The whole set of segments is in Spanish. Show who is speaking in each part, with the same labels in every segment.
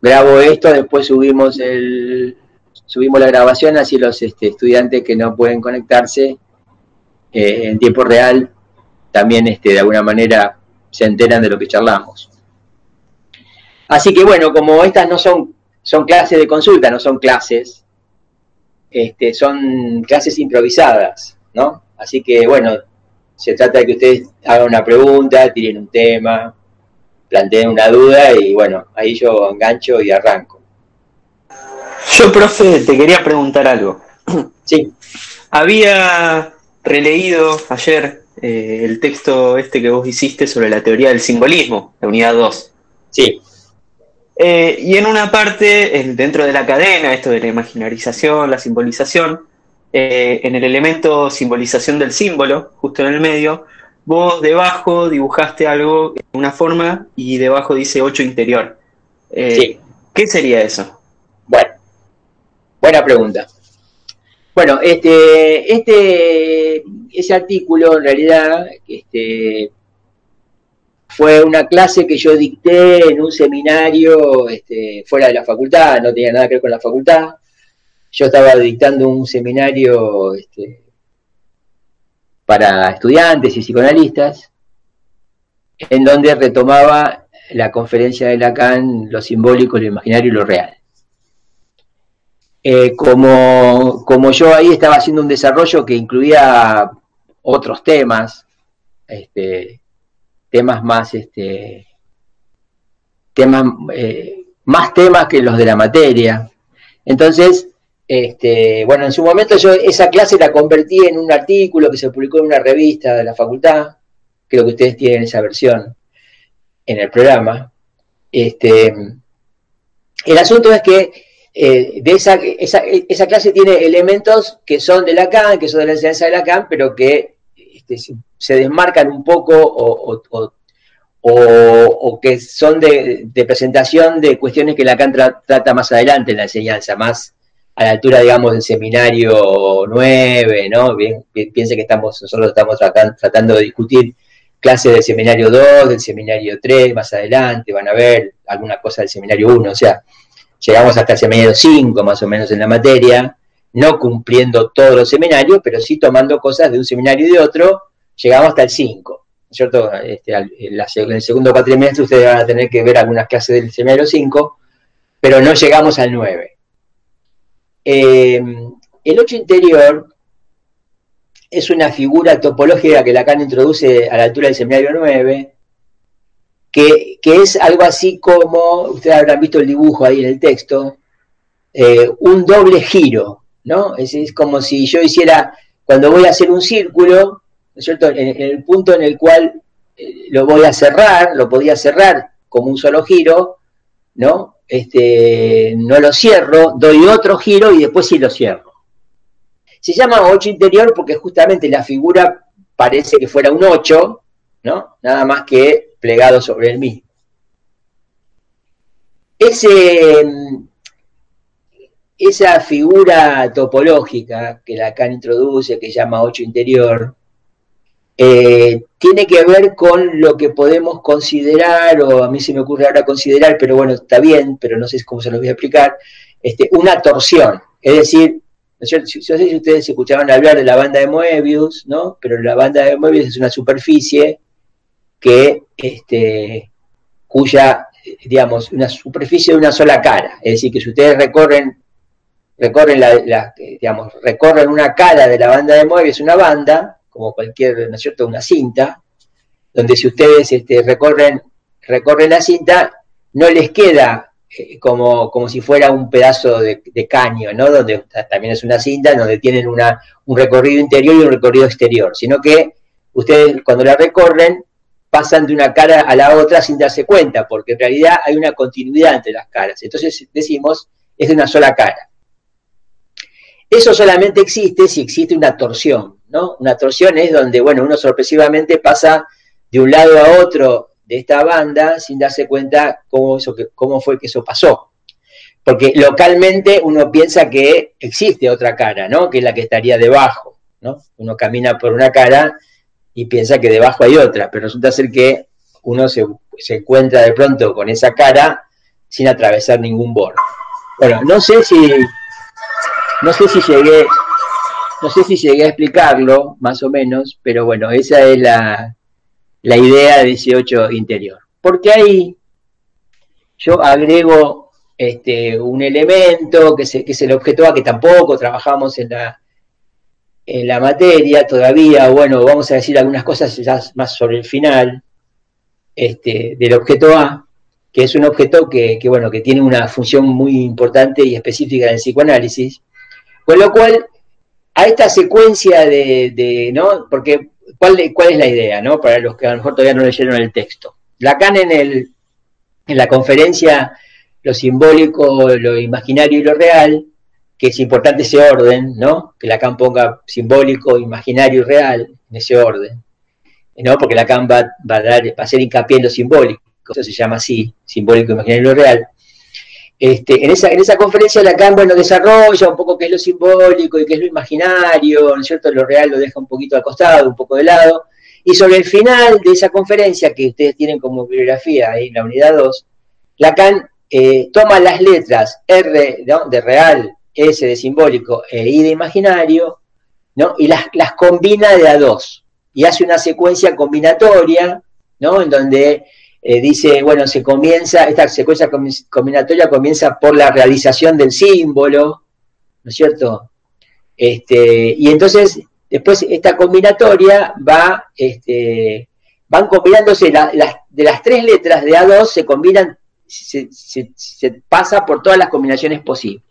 Speaker 1: grabo esto, después subimos la grabación, así los estudiantes que no pueden conectarse en tiempo real también de alguna manera se enteran de lo que charlamos. Así que bueno, como estas no son clases de consulta, no son clases, son clases improvisadas, ¿no? Así que bueno, se trata de que ustedes hagan una pregunta, tiren un tema, planteen una duda y bueno, ahí yo engancho y arranco.
Speaker 2: Yo, profe, te quería preguntar algo.
Speaker 1: Sí.
Speaker 2: Había releído ayer el texto que vos hiciste sobre la teoría del simbolismo, la unidad 2.
Speaker 1: Sí.
Speaker 2: Y en una parte, dentro de la cadena, esto de la imaginarización, la simbolización, en el elemento simbolización del símbolo, justo en el medio, vos debajo dibujaste algo en una forma y debajo dice 8 interior.
Speaker 1: Sí.
Speaker 2: ¿Qué sería eso?
Speaker 1: Bueno, buena pregunta. Bueno, ese artículo en realidad fue una clase que yo dicté en un seminario fuera de la facultad, no tenía nada que ver con la facultad. Yo estaba dictando un seminario para estudiantes y psicoanalistas, en donde retomaba la conferencia de Lacan, lo simbólico, lo imaginario y lo real. Como yo ahí estaba haciendo un desarrollo que incluía otros temas, temas más, más temas que los de la materia. Entonces, bueno, en su momento yo esa clase la convertí en un artículo que se publicó en una revista de la facultad, creo que ustedes tienen esa versión en el programa. El asunto es que esa clase tiene elementos que son de Lacan, que son de la enseñanza de Lacan, pero que se desmarcan un poco o que son de presentación de cuestiones que Lacan trata más adelante en la enseñanza, más a la altura, digamos, del seminario 9, ¿no? Piensen que nosotros estamos tratando de discutir clases del seminario 2, del seminario 3, más adelante, van a ver alguna cosa del seminario 1, o sea, llegamos hasta el seminario 5, más o menos, en la materia, no cumpliendo todos los seminarios, pero sí tomando cosas de un seminario y de otro, llegamos hasta el 5, ¿cierto? En el segundo cuatrimestre ustedes van a tener que ver algunas clases del seminario 5, pero no llegamos al 9. El 8 interior es una figura topológica que Lacan introduce a la altura del seminario 9, que es algo así como, ustedes habrán visto el dibujo ahí en el texto, un doble giro, ¿no? Es como si yo hiciera, cuando voy a hacer un círculo, ¿no es cierto?, en el punto en el cual lo voy a cerrar, lo podía cerrar como un solo giro, ¿no? No lo cierro, doy otro giro y después sí lo cierro. Se llama 8 interior porque justamente la figura parece que fuera un 8, ¿no? Nada más que plegado sobre el mismo. Esa figura topológica que Lacan introduce, que llama 8 interior, tiene que ver con lo que podemos considerar, o a mí se me ocurre ahora considerar, pero bueno, está bien, pero no sé cómo se los voy a explicar, una torsión. Es decir, yo no sé si ustedes escuchaban hablar de la banda de Moebius, ¿no? Pero la banda de Moebius es una superficie que, cuya, digamos, una superficie de una sola cara. Es decir, que si ustedes recorren una cara de la banda de Moebius, una banda, como cualquier, ¿no es cierto?, una cinta, donde si ustedes recorren la cinta, no les queda como si fuera un pedazo de caño, ¿no?, donde también es una cinta, donde tienen un recorrido interior y un recorrido exterior, sino que ustedes cuando la recorren pasan de una cara a la otra sin darse cuenta, porque en realidad hay una continuidad entre las caras. Entonces decimos, es de una sola cara. Eso solamente existe si existe una torsión, ¿no? Una torsión es donde, bueno, uno sorpresivamente pasa de un lado a otro de esta banda sin darse cuenta cómo fue que eso pasó. Porque localmente uno piensa que existe otra cara, ¿no? Que es la que estaría debajo, ¿no? Uno camina por una cara y piensa que debajo hay otra, pero resulta ser que uno se encuentra de pronto con esa cara sin atravesar ningún borde. Bueno, no sé si llegué a explicarlo, más o menos, pero bueno, esa es la idea de ese 8 interior. Porque ahí yo agrego un elemento que es el objeto A, que tampoco trabajamos en la materia todavía. Bueno, vamos a decir algunas cosas ya más sobre el final del objeto A, que es un objeto que tiene una función muy importante y específica en el psicoanálisis. Con lo cual, a esta secuencia ¿no? Porque, ¿cuál es la idea, ¿no? Para los que a lo mejor todavía no leyeron el texto. Lacan en la conferencia Lo simbólico, lo imaginario y lo real, que es importante ese orden, ¿no? Que Lacan ponga simbólico, imaginario y real en ese orden, ¿no? Porque Lacan va a hacer hincapié en lo simbólico, eso se llama así, simbólico, imaginario y lo real. En esa conferencia Lacan, desarrolla un poco qué es lo simbólico y qué es lo imaginario, ¿no es cierto? Lo real lo deja un poquito al costado, un poco de lado, y sobre el final de esa conferencia, que ustedes tienen como bibliografía ahí en la unidad 2, Lacan toma las letras R, ¿no? De real, S de simbólico e I de imaginario, ¿no? Y las combina de a dos, y hace una secuencia combinatoria, ¿no? En donde dice, bueno, esta secuencia combinatoria comienza por la realización del símbolo, ¿no es cierto? Y entonces, después esta combinatoria van combinándose, de las 3 letras de A2 se combinan, se pasa por todas las combinaciones posibles.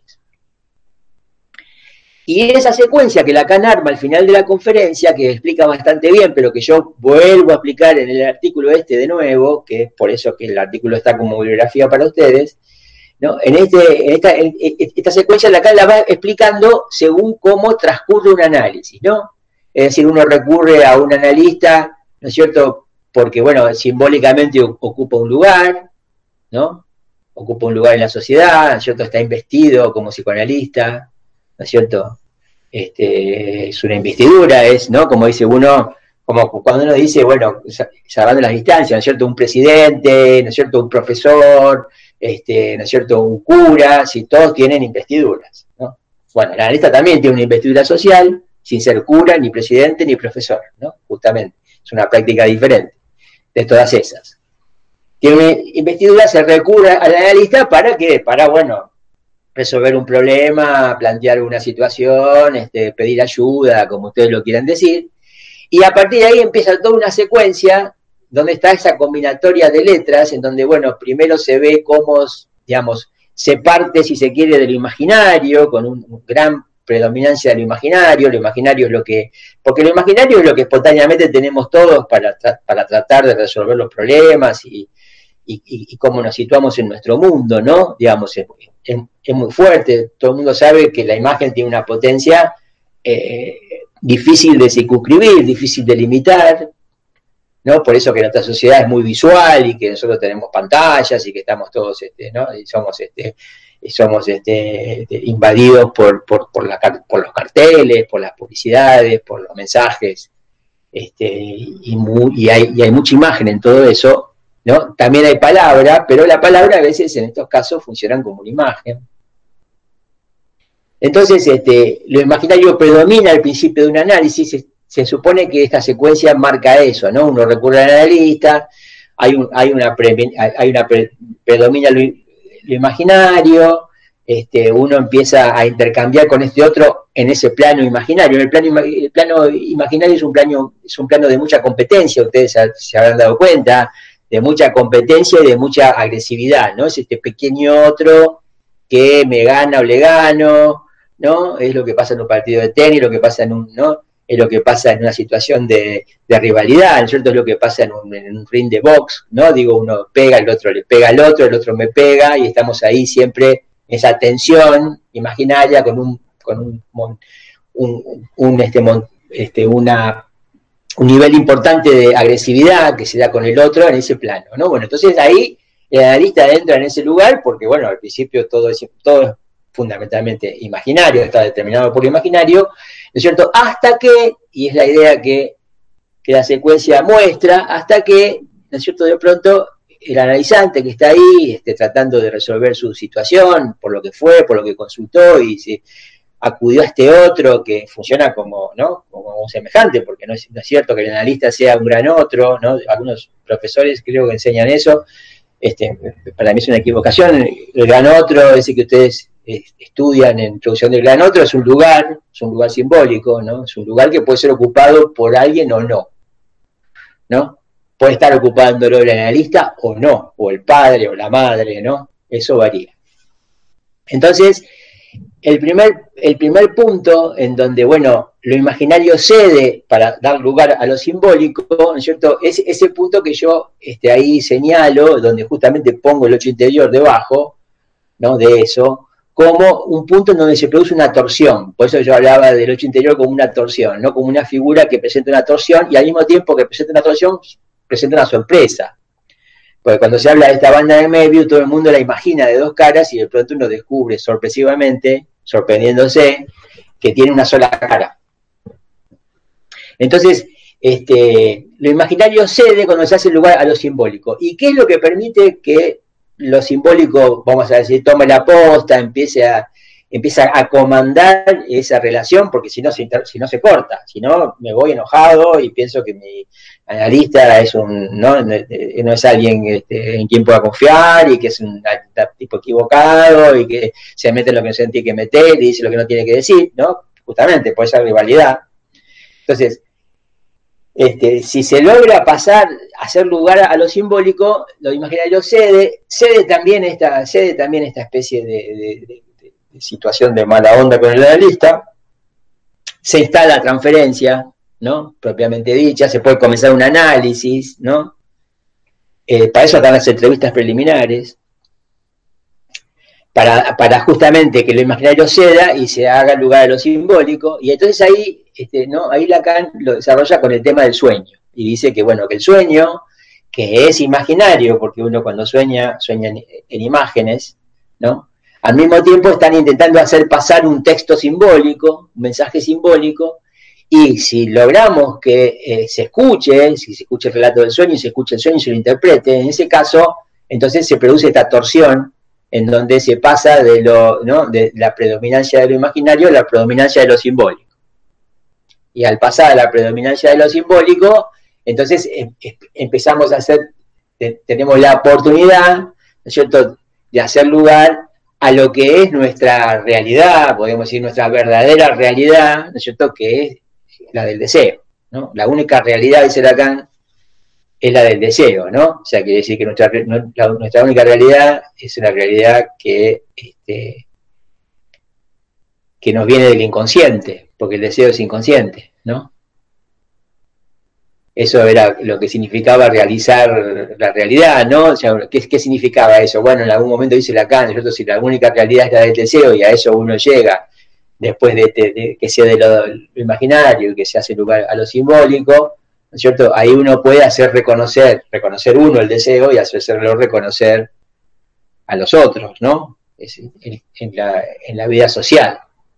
Speaker 1: Y esa secuencia que Lacan arma al final de la conferencia, que explica bastante bien, pero que yo vuelvo a explicar en el artículo de nuevo, que es por eso que el artículo está como bibliografía para ustedes, ¿no? En esta secuencia Lacan la va explicando según cómo transcurre un análisis, ¿no? Es decir, uno recurre a un analista, ¿no es cierto?, porque, simbólicamente ocupa un lugar, ¿no? Ocupa un lugar en la sociedad, ¿no es cierto?, está investido como psicoanalista, ¿no es cierto? Es una investidura, ¿no? Como dice uno, como cuando uno dice, salvando las distancias, ¿no es cierto? Un presidente, ¿no es cierto? Un profesor, ¿no es cierto? Un cura, si todos tienen investiduras, ¿no? Bueno, el analista también tiene una investidura social, sin ser cura, ni presidente, ni profesor, ¿no? Justamente, es una práctica diferente de todas esas. Tiene una investidura, se recurre al analista ¿para qué? Para, resolver un problema, plantear una situación, pedir ayuda, como ustedes lo quieran decir, y a partir de ahí empieza toda una secuencia donde está esa combinatoria de letras, en donde, primero se ve cómo, se parte, si se quiere, de lo imaginario, con una gran predominancia de lo imaginario porque lo imaginario es lo que espontáneamente tenemos todos para tratar de resolver los problemas y cómo nos situamos en nuestro mundo, ¿no? Es muy fuerte, todo el mundo sabe que la imagen tiene una potencia difícil de circunscribir, difícil de limitar, ¿no? Por eso que nuestra sociedad es muy visual y que nosotros tenemos pantallas y que estamos todos, ¿no? Y somos invadidos por los carteles, por las publicidades, por los mensajes, y hay mucha imagen en todo eso, ¿no? También hay palabra, pero la palabra a veces en estos casos funcionan como una imagen. Entonces, lo imaginario predomina al principio de un análisis. Se supone que esta secuencia marca eso, ¿no? Uno recurre al analista, predomina lo imaginario, uno empieza a intercambiar con este otro en ese plano imaginario. El plano imaginario es un plano de mucha competencia, ustedes se habrán dado cuenta, de mucha competencia y de mucha agresividad, ¿no? Es este pequeño otro que me gana o le gano, ¿no? Es lo que pasa en un partido de tenis, lo que pasa ¿no? Es lo que pasa en una situación de rivalidad, ¿no es cierto? Es lo que pasa en un ring de box, ¿no? Digo, uno pega, el otro le pega al otro, el otro me pega, y estamos ahí siempre en esa tensión imaginaria con un nivel importante de agresividad que se da con el otro en ese plano, ¿no? Bueno, entonces ahí el analista entra en ese lugar porque, al principio todo es fundamentalmente imaginario, está determinado por lo imaginario, ¿no es cierto? Hasta que, y es la idea que la secuencia muestra, hasta que, ¿no es cierto?, de pronto el analizante que está ahí tratando de resolver su situación, por lo que fue, por lo que consultó, y se acudió a este otro que funciona como, ¿no?, como un semejante, porque no es cierto que el analista sea un gran otro, ¿no? Algunos profesores creo que enseñan eso. Para mí es una equivocación. El gran otro, ese que ustedes estudian en introducción del gran otro, es un lugar simbólico, ¿no? Es un lugar que puede ser ocupado por alguien o no, ¿no? Puede estar ocupándolo el analista o no, o el padre o la madre, ¿no? Eso varía. Entonces, el primer punto en donde, bueno, lo imaginario cede para dar lugar a lo simbólico, ¿no es cierto? Es ese punto que yo ahí señalo, donde justamente pongo el 8 interior debajo, ¿no?, de eso, como un punto en donde se produce una torsión. Por eso yo hablaba del 8 interior como una torsión, no como una figura que presenta una torsión y al mismo tiempo que presenta una torsión, presenta una sorpresa. Porque cuando se habla de esta banda de Möbius, todo el mundo la imagina de dos caras y de pronto uno descubre sorpresivamente, sorprendiéndose, que tiene una sola cara. Entonces, lo imaginario cede cuando se hace lugar a lo simbólico. ¿Y qué es lo que permite que lo simbólico, vamos a decir, tome la posta, empieza a comandar esa relación? Porque si no se corta, si no me voy enojado y pienso que mi analista es no es alguien en quien pueda confiar y que es un tipo equivocado y que se mete en lo que no se tiene que meter y dice lo que no tiene que decir, ¿no? Justamente por esa rivalidad. Entonces, si se logra pasar, hacer lugar a lo simbólico, lo imaginario cede también esta especie de situación de mala onda con el analista, se instala la transferencia, ¿no?, propiamente dicha, se puede comenzar un análisis, ¿no? Para eso están las entrevistas preliminares, para justamente que lo imaginario ceda y se haga lugar a lo simbólico, y entonces ahí, ahí Lacan lo desarrolla con el tema del sueño, y dice que, bueno, que el sueño, que es imaginario, porque uno cuando sueña en imágenes, ¿no?, al mismo tiempo están intentando hacer pasar un texto simbólico, un mensaje simbólico, y si logramos que si se escuche el relato del sueño, y se escuche el sueño y se lo interprete, en ese caso, entonces se produce esta torsión en donde se pasa de la predominancia de lo imaginario a la predominancia de lo simbólico. Y al pasar a la predominancia de lo simbólico, entonces empezamos a tenemos la oportunidad, ¿no es cierto?, de hacer lugar a lo que es nuestra realidad, podemos decir nuestra verdadera realidad, ¿no es cierto?, que es la del deseo, ¿no? La única realidad, dice Lacan, es la del deseo, ¿no? O sea, quiere decir que nuestra única realidad es una realidad que nos viene del inconsciente, porque el deseo es inconsciente, ¿no? Eso era lo que significaba realizar la realidad, ¿no? O sea, ¿qué significaba eso? Bueno, en algún momento dice Lacan, ¿cierto?, si la única realidad es la del deseo y a eso uno llega después de que sea de lo imaginario y que se hace lugar a lo simbólico, ¿no es cierto?, ahí uno puede hacer reconocer uno el deseo y hacerlo reconocer a los otros, ¿no? En la vida social.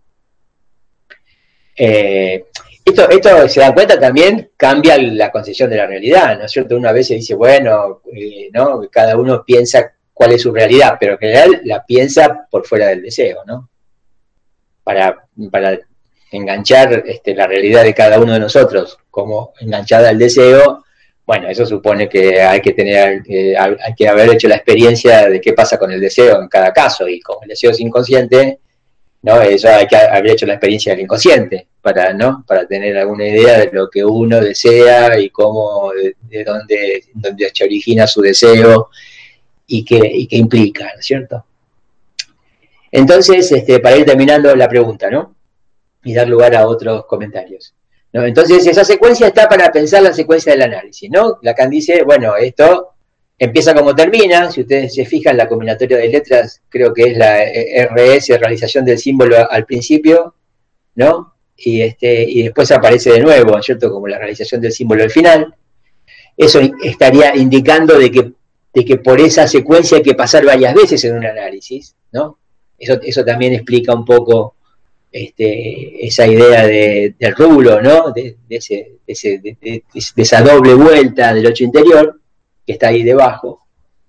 Speaker 1: Esto se dan cuenta también, cambia la concepción de la realidad, ¿no es cierto? Uno a veces dice, bueno, ¿no?, cada uno piensa cuál es su realidad, pero en general la piensa por fuera del deseo, ¿no? Para enganchar la realidad de cada uno de nosotros como enganchada al deseo, bueno, eso supone que hay que haber hecho la experiencia de qué pasa con el deseo en cada caso, y como el deseo es inconsciente, ¿no?, eso hay que haber hecho la experiencia del inconsciente para tener alguna idea de lo que uno desea y cómo, de dónde se origina su deseo y qué implica, ¿no es cierto? Entonces, para ir terminando la pregunta, ¿no?, y dar lugar a otros comentarios, ¿no? Entonces, esa secuencia está para pensar la secuencia del análisis, ¿no? Lacan dice, bueno, esto empieza como termina. Si ustedes se fijan, la combinatoria de letras creo que es la RS, realización del símbolo al principio, ¿no? Y después aparece de nuevo, ¿cierto?, como la realización del símbolo al final. Eso estaría indicando de que por esa secuencia hay que pasar varias veces en un análisis, ¿no? Eso también explica un poco esa idea del rulo, ¿no?, de esa doble vuelta del 8 interior que está ahí debajo.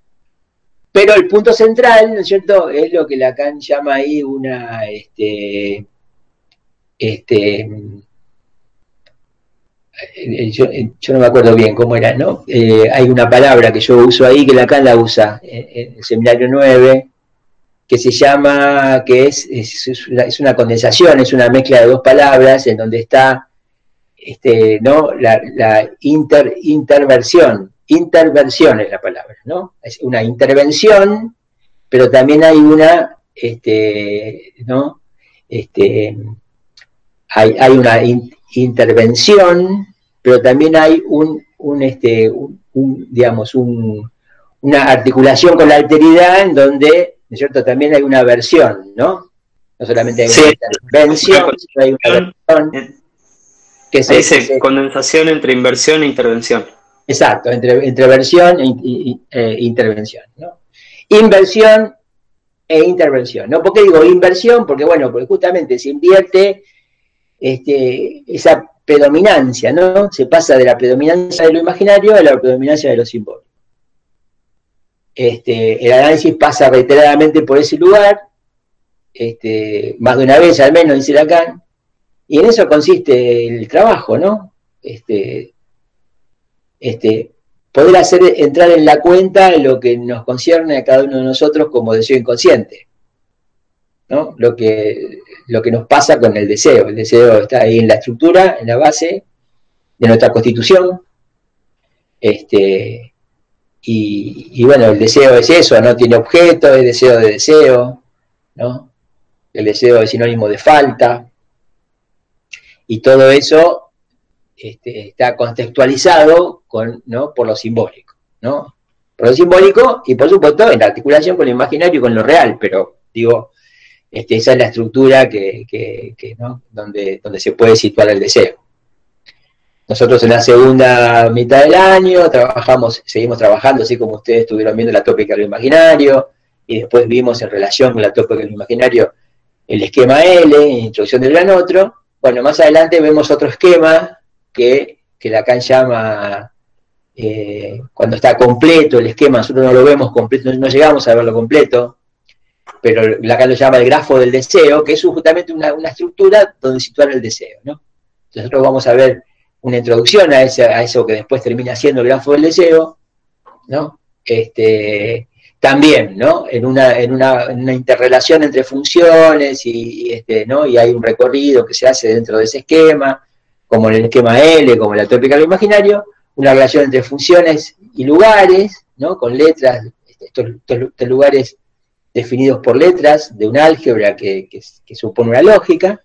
Speaker 1: Pero el punto central, ¿no es cierto?, es lo que Lacan llama ahí una, yo no me acuerdo bien cómo era, ¿no? Hay una palabra que yo uso ahí que Lacan la usa en el seminario 9, que se llama, que es una condensación, es una mezcla de dos palabras en donde está, ¿no?, la intervención es la palabra, ¿no? Es una intervención, pero también hay una, ¿no? Hay una intervención, pero también hay digamos, una articulación con la alteridad en donde, ¿no es cierto?, también hay una versión, ¿no? No solamente hay una intervención, sino hay una versión.
Speaker 2: Que dice condensación entre inversión e intervención.
Speaker 1: Exacto, entre versión e intervención, ¿no? Inversión e intervención, ¿no? ¿Por qué digo inversión? Porque, bueno, porque justamente se invierte esa predominancia, ¿no? Se pasa de la predominancia de lo imaginario a la predominancia de lo simbólico. El análisis pasa reiteradamente por ese lugar, más de una vez al menos, dice Lacan, y en eso consiste el trabajo, ¿no? Poder hacer entrar en la cuenta lo que nos concierne a cada uno de nosotros como deseo inconsciente, ¿no? Lo que nos pasa con el deseo. El deseo está ahí en la estructura, en la base de nuestra constitución. Y bueno, el deseo es eso, no tiene objeto, es deseo de deseo, ¿no? El deseo es sinónimo de falta. Y todo eso está contextualizado ¿no?, por lo simbólico, ¿no? Por lo simbólico y, por supuesto, en la articulación con lo imaginario y con lo real, pero, digo, esa es la estructura ¿no?, donde se puede situar el deseo. Nosotros en la segunda mitad del año seguimos trabajando, así como ustedes estuvieron viendo la tópica de lo imaginario, y después vimos en relación con la tópica de lo imaginario el esquema L, introducción del gran otro. Bueno, más adelante vemos otro esquema que Lacan llama, cuando está completo el esquema, nosotros no lo vemos completo, no llegamos a verlo completo, pero Lacan lo llama el grafo del deseo, que es justamente una estructura donde situar el deseo, ¿no? Entonces nosotros vamos a ver una introducción a eso que después termina siendo el grafo del deseo, ¿no? También, ¿no?, en una interrelación entre funciones ¿no?, y hay un recorrido que se hace dentro de ese esquema, como en el esquema L, como en la tópica de lo imaginario, una relación entre funciones y lugares, ¿no?, con letras, estos lugares definidos por letras de un álgebra que supone una lógica,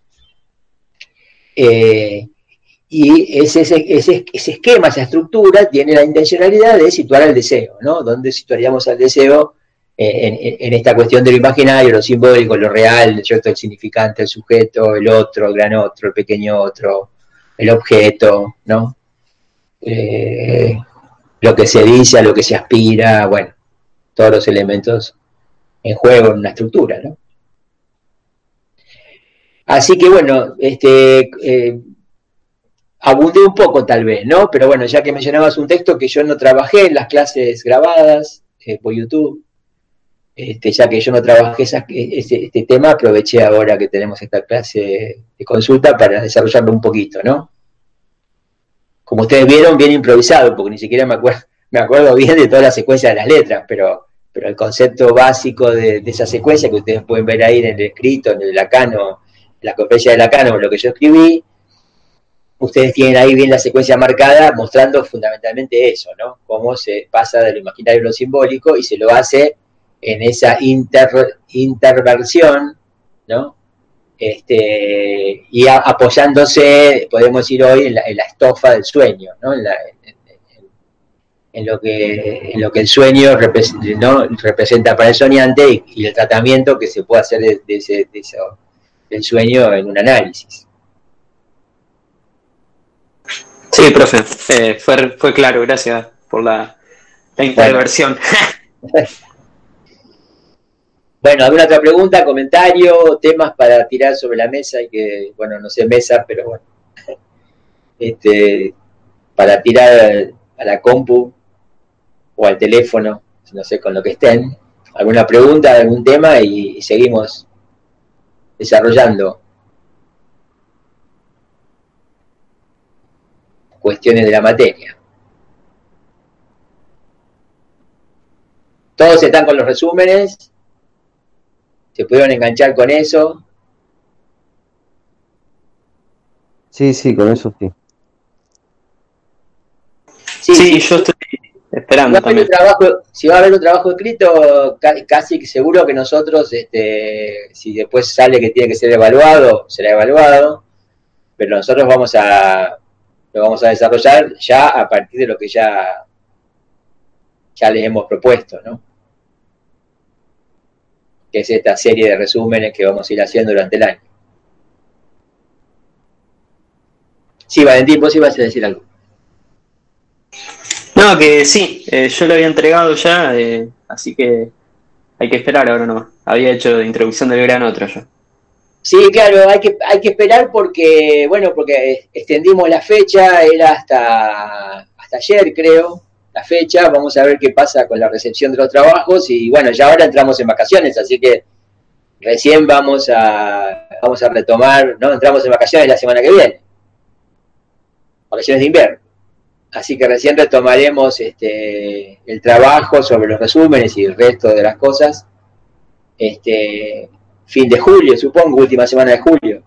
Speaker 1: y ese esquema, esa estructura, tiene la intencionalidad de situar al deseo, ¿no? ¿Dónde situaríamos al deseo en esta cuestión de lo imaginario, lo simbólico, lo real, ¿cierto?, el significante, el sujeto, el otro, el gran otro, el pequeño otro, el objeto, ¿no? Lo que se dice, a lo que se aspira, bueno, todos los elementos en juego en una estructura, ¿no? Así que, bueno, abundé un poco tal vez, ¿no? Pero bueno, ya que mencionabas un texto que yo no trabajé en las clases grabadas por YouTube, ya que yo no trabajé este tema, aproveché ahora que tenemos esta clase de consulta para desarrollarlo un poquito, ¿no? Como ustedes vieron, bien improvisado, porque ni siquiera me acuerdo bien de toda la secuencia de las letras, pero el concepto básico de esa secuencia que ustedes pueden ver ahí en el escrito, en el Lacano, en la conferencia de Lacano, lo que yo escribí, ustedes tienen ahí bien la secuencia marcada, mostrando fundamentalmente eso, ¿no? Cómo se pasa de lo imaginario a lo simbólico y se lo hace en esa interversión, ¿no? Y apoyándose, podemos decir hoy, en la estofa del sueño, ¿no? En lo que el sueño representa para el soñante y el tratamiento que se puede hacer del sueño en un análisis.
Speaker 2: Sí, profe, fue claro, gracias por la interversión.
Speaker 1: Bueno, ¿alguna otra pregunta, comentario, temas para tirar sobre la mesa? Y que, bueno, no sé mesa, pero bueno, para tirar a la compu o al teléfono, no sé, con lo que estén. alguna pregunta de algún tema y seguimos desarrollando cuestiones de la materia. Todos están con los resúmenes, se pudieron enganchar con eso.
Speaker 3: Sí, con eso sí.
Speaker 2: Sí, yo estoy esperando también.
Speaker 1: Si va a haber un trabajo escrito, casi seguro que nosotros, si después sale que tiene que ser evaluado, será evaluado, pero nosotros lo vamos a desarrollar ya a partir de lo que ya les hemos propuesto, ¿no? Que es esta serie de resúmenes que vamos a ir haciendo durante el año. Sí, Valentín, vos ibas a decir algo.
Speaker 2: No, que sí, yo lo había entregado ya, así que hay que esperar ahora nomás. Había hecho de introducción del gran otro yo.
Speaker 1: Sí, claro, hay que esperar porque extendimos la fecha, era hasta ayer creo, la fecha, vamos a ver qué pasa con la recepción de los trabajos y bueno, ya ahora entramos en vacaciones, así que recién vamos a retomar, no, entramos en vacaciones la semana que viene, vacaciones de invierno, así que recién retomaremos el trabajo sobre los resúmenes y el resto de las cosas, fin de julio, supongo, última semana de julio.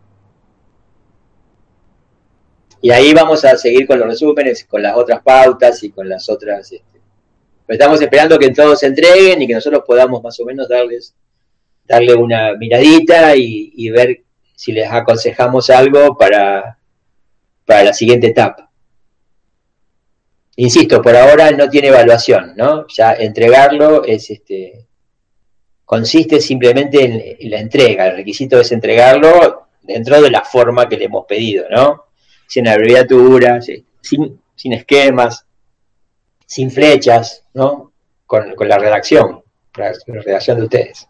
Speaker 1: Y ahí vamos a seguir con los resúmenes, con las otras pautas y con las otras... pero estamos esperando que todos se entreguen y que nosotros podamos más o menos darle una miradita y ver si les aconsejamos algo para la siguiente etapa. Insisto, por ahora no tiene evaluación, ¿no? Ya entregarlo es consiste simplemente en la entrega. El requisito es entregarlo dentro de la forma que le hemos pedido, ¿no? Sin abreviaturas, sin esquemas, sin flechas, ¿no? Con la redacción de ustedes.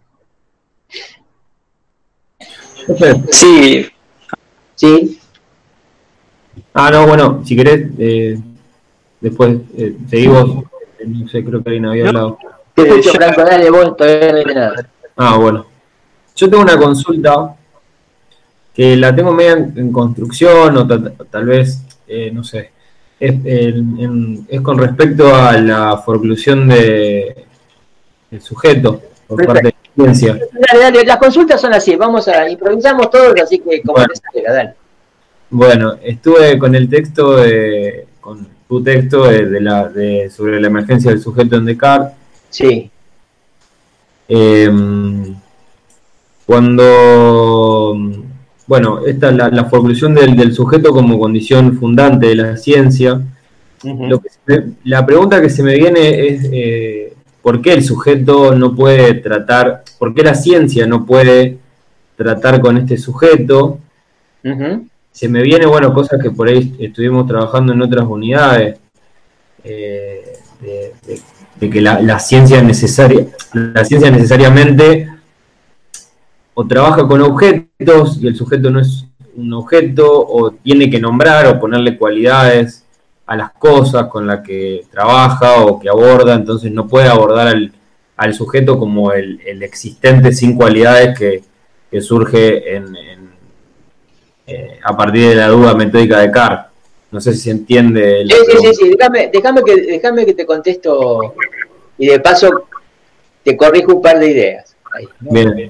Speaker 2: Sí.
Speaker 1: ¿Sí?
Speaker 4: No, bueno, si querés, después seguimos. No sé, creo que alguien había hablado.
Speaker 1: Te escucho, Franco, dale, vos todavía no hay nada.
Speaker 4: Bueno. Yo tengo una consulta que la tengo media en construcción o tal vez, no sé, es con respecto a la forclusión del sujeto por parte de la ciencia.
Speaker 1: Dale, las consultas son así, improvisamos todos, así que como te salga, dale.
Speaker 4: Bueno, estuve con el texto, con tu texto sobre la emergencia del sujeto en Descartes.
Speaker 1: Sí.
Speaker 4: Cuando, bueno, esta la forclusión del sujeto como condición fundante de la ciencia, la pregunta que se me viene es ¿por qué el sujeto no puede tratar, por qué la ciencia no puede tratar con este sujeto? Se me viene, bueno, cosas que por ahí estuvimos trabajando en otras unidades, de que la ciencia necesariamente o trabaja con objetos y el sujeto no es un objeto, o tiene que nombrar o ponerle cualidades a las cosas con las que trabaja o que aborda, entonces no puede abordar al sujeto como el existente sin cualidades que surge a partir de la duda metódica de Descartes. No sé si se entiende.
Speaker 1: Sí. Déjame que te contesto y de paso te corrijo un par de ideas. Ahí, ¿no?
Speaker 4: Bien.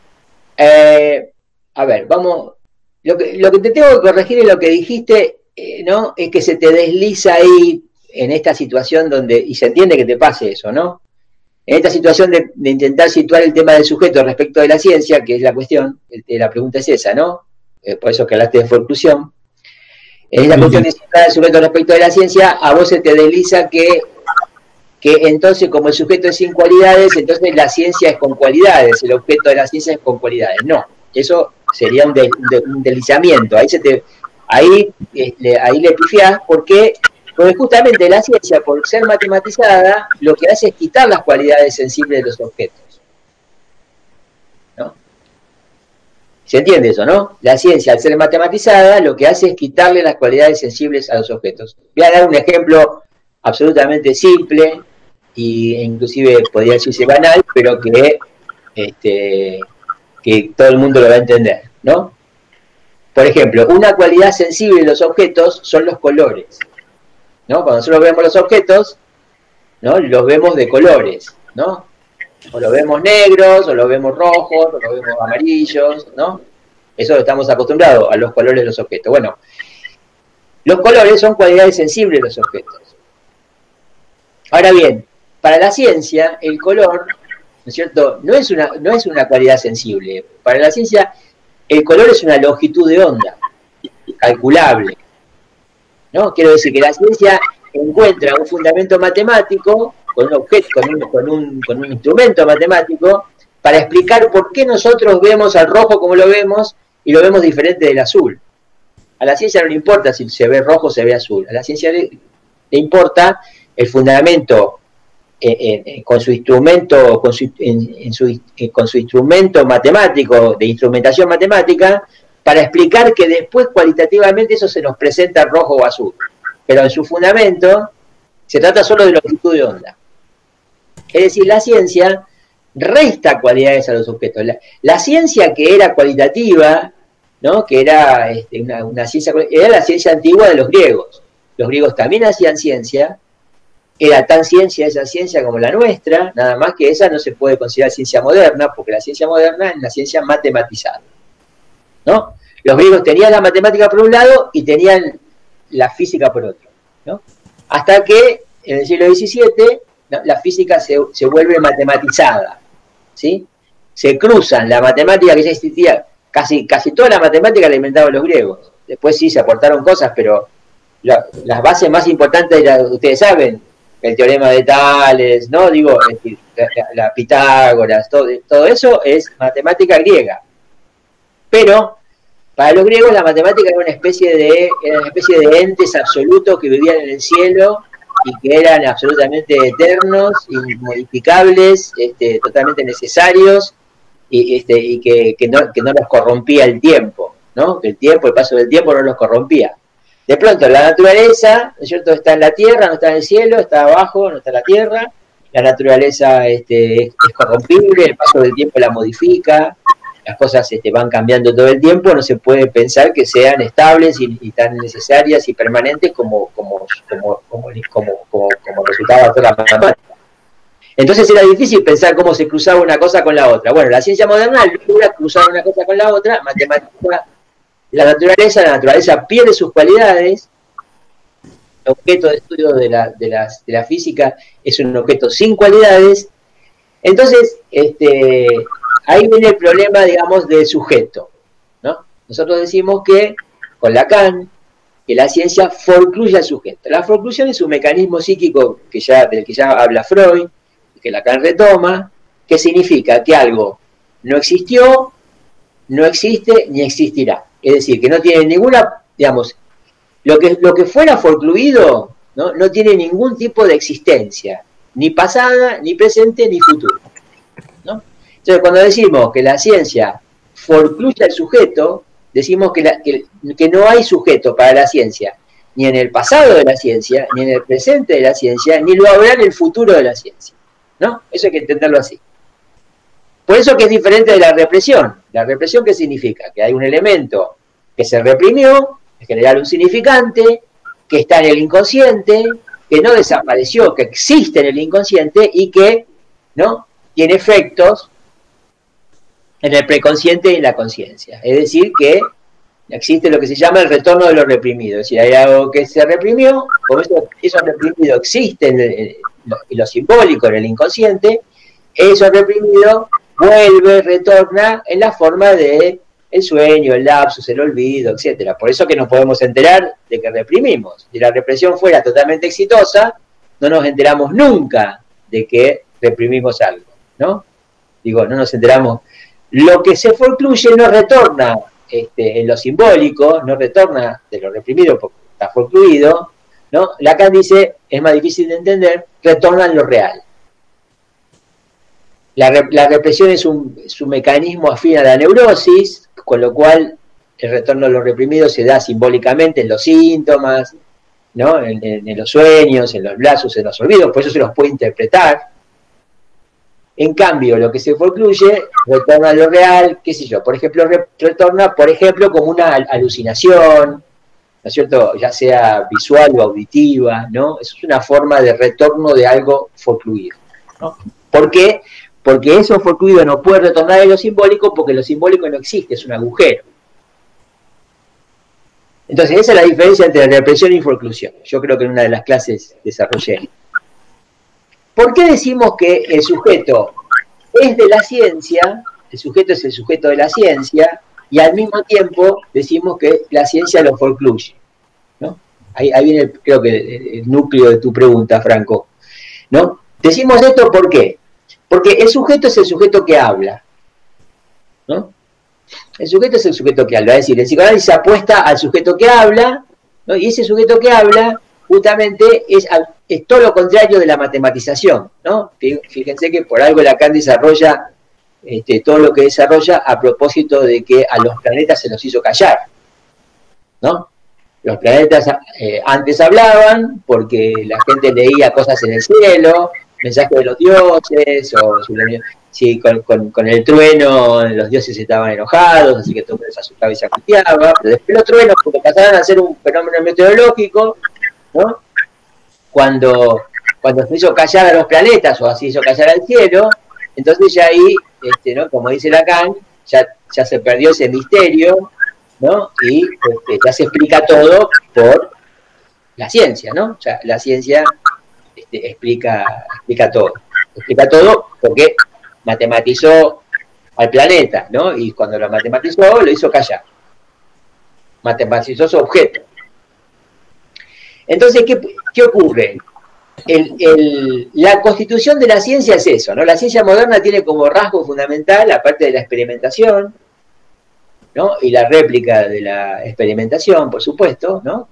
Speaker 1: A ver, vamos. Lo que te tengo que corregir es lo que dijiste, ¿no? Es que se te desliza ahí en esta situación donde, y se entiende que te pase eso, ¿no? En esta situación de intentar situar el tema del sujeto respecto de la ciencia, que es la cuestión, la pregunta es esa, ¿no? Por eso que hablaste de forclusión. En esta cuestión de situar el sujeto respecto de la ciencia, a vos se te desliza que entonces, como el sujeto es sin cualidades, entonces la ciencia es con cualidades, el objeto de la ciencia es con cualidades. No, eso sería un deslizamiento. Ahí le pifiás porque justamente la ciencia, por ser matematizada, lo que hace es quitar las cualidades sensibles de los objetos. ¿No? ¿Se entiende eso, no? La ciencia, al ser matematizada, lo que hace es quitarle las cualidades sensibles a los objetos. Voy a dar un ejemplo absolutamente simple, y inclusive podría decirse banal, pero que todo el mundo lo va a entender, ¿no? Por ejemplo, una cualidad sensible de los objetos son los colores, ¿no? Cuando nosotros vemos los objetos, ¿no? Los vemos de colores, ¿no? O los vemos negros, o los vemos rojos, o los vemos amarillos, ¿no? Eso estamos acostumbrados a los colores de los objetos. Bueno, los colores son cualidades sensibles de los objetos. Ahora bien, para la ciencia, el color, ¿no es cierto?, no es una cualidad sensible. Para la ciencia, el color es una longitud de onda, calculable, ¿no? Quiero decir que la ciencia encuentra un fundamento matemático con un objeto, con un instrumento matemático para explicar por qué nosotros vemos al rojo como lo vemos y lo vemos diferente del azul. A la ciencia no le importa si se ve rojo o se ve azul. A la ciencia le importa el fundamento con su instrumento, con su instrumento matemático, de instrumentación matemática, para explicar que después cualitativamente eso se nos presenta rojo o azul. Pero en su fundamento se trata solo de longitud de onda. Es decir, la ciencia resta cualidades a los objetos. La ciencia que era cualitativa, ¿no?, que era una ciencia, era la ciencia antigua de los griegos. Los griegos también hacían ciencia, era tan ciencia esa ciencia como la nuestra, nada más que esa no se puede considerar ciencia moderna, porque la ciencia moderna es una ciencia matematizada, ¿no? Los griegos tenían la matemática por un lado y tenían la física por otro, ¿no? Hasta que en el siglo XVII la física se vuelve matematizada, ¿sí? Se cruzan la matemática que ya existía, casi toda la matemática la inventaron los griegos. Después sí se aportaron cosas, pero las bases más importantes, ustedes saben, el teorema de Tales, ¿no? Digo, la Pitágoras, todo eso es matemática griega. Pero para los griegos la matemática era una especie de entes absolutos que vivían en el cielo y que eran absolutamente eternos, inmodificables, totalmente necesarios, y que no los corrompía el tiempo, ¿no? Que el paso del tiempo no los corrompía. De pronto la naturaleza, ¿no es cierto?, está en la tierra, no está en el cielo, está abajo, no está en la tierra. La naturaleza es corrompible, el paso del tiempo la modifica, las cosas van cambiando todo el tiempo, no se puede pensar que sean estables y tan necesarias y permanentes como resultaba toda la matemática. Entonces era difícil pensar cómo se cruzaba una cosa con la otra. Bueno, la ciencia moderna logra cruzar una cosa con la otra, matemática. La naturaleza pierde sus cualidades. El objeto de estudio de la física es un objeto sin cualidades. Entonces, ahí viene el problema, digamos, del sujeto, ¿no? Nosotros decimos que, con Lacan, que la ciencia forcluye al sujeto. La forclusión es un mecanismo psíquico del que ya habla Freud, que Lacan retoma, que significa que algo no existió, no existe, ni existirá. Es decir, que no tiene ninguna, digamos, lo que fuera forcluido, no tiene ningún tipo de existencia, ni pasada, ni presente, ni futuro, ¿no? Entonces, cuando decimos que la ciencia forcluye al sujeto, decimos que no hay sujeto para la ciencia, ni en el pasado de la ciencia, ni en el presente de la ciencia, ni lo habrá en el futuro de la ciencia, ¿no? Eso hay que entenderlo así. Por eso que es diferente de la represión. ¿La represión qué significa? Que hay un elemento que se reprimió, en general un significante, que está en el inconsciente, que no desapareció, que existe en el inconsciente y que, ¿no?, tiene efectos en el preconsciente y en la conciencia. Es decir, que existe lo que se llama el retorno de lo reprimido. Es decir, hay algo que se reprimió, como eso reprimido existe en lo simbólico, en el inconsciente, eso reprimido vuelve, retorna en la forma de el sueño, el lapsus, el olvido, etcétera. Por eso que nos podemos enterar de que reprimimos. Si la represión fuera totalmente exitosa, no nos enteramos nunca de que reprimimos algo, ¿no? Digo, no nos enteramos. Lo que se forcluye no retorna en lo simbólico, no retorna de lo reprimido porque está forcluido, ¿no? Lacan dice, es más difícil de entender, retorna en lo real. La represión es un mecanismo afín a la neurosis, con lo cual el retorno a lo reprimido se da simbólicamente en los síntomas, ¿no? En los sueños, en los lazos, en los olvidos, por eso se los puede interpretar. En cambio, lo que se forecluye retorna a lo real, qué sé yo, por ejemplo, retorna, por ejemplo, como una alucinación, ¿no es cierto?, ya sea visual o auditiva, ¿no? Eso es una forma de retorno de algo forcluido, ¿no? ¿Por qué? Porque eso forcluido no puede retornar de lo simbólico, porque lo simbólico no existe, es un agujero. Entonces, esa es la diferencia entre represión y forclusión. Yo creo que en una de las clases desarrollé. ¿Por qué decimos que el sujeto es de la ciencia, el sujeto es el sujeto de la ciencia, y al mismo tiempo decimos que la ciencia lo forcluye, ¿no? Ahí viene, creo que, el núcleo de tu pregunta, Franco, ¿no? Decimos esto ¿por qué? Porque el sujeto es el sujeto que habla, ¿no? El sujeto es el sujeto que habla, es decir, el psicoanálisis apuesta al sujeto que habla, ¿no? Y ese sujeto que habla justamente es todo lo contrario de la matematización, ¿no? Fíjense que por algo Lacan desarrolla todo lo que desarrolla a propósito de que a los planetas se los hizo callar, ¿no? Los planetas antes hablaban porque la gente leía cosas en el cielo, mensajes de los dioses, o sí, con el trueno los dioses estaban enojados, así que todo se asustaba y se angustiaba, pero después los truenos, cuando pasaron a ser un fenómeno meteorológico, ¿no? Cuando se hizo callar a los planetas, o así hizo callar al cielo, entonces ya ahí, ¿no? Como dice Lacan, ya se perdió ese misterio, ¿no? Y ya se explica todo por la ciencia, ¿no? O sea, la ciencia explica todo. Explica todo porque matematizó al planeta, ¿no? Y cuando lo matematizó, lo hizo callar. Matematizó su objeto. Entonces, ¿qué ocurre? La constitución de la ciencia es eso, ¿no? La ciencia moderna tiene como rasgo fundamental, aparte de la experimentación, ¿no? Y la réplica de la experimentación, por supuesto, ¿no?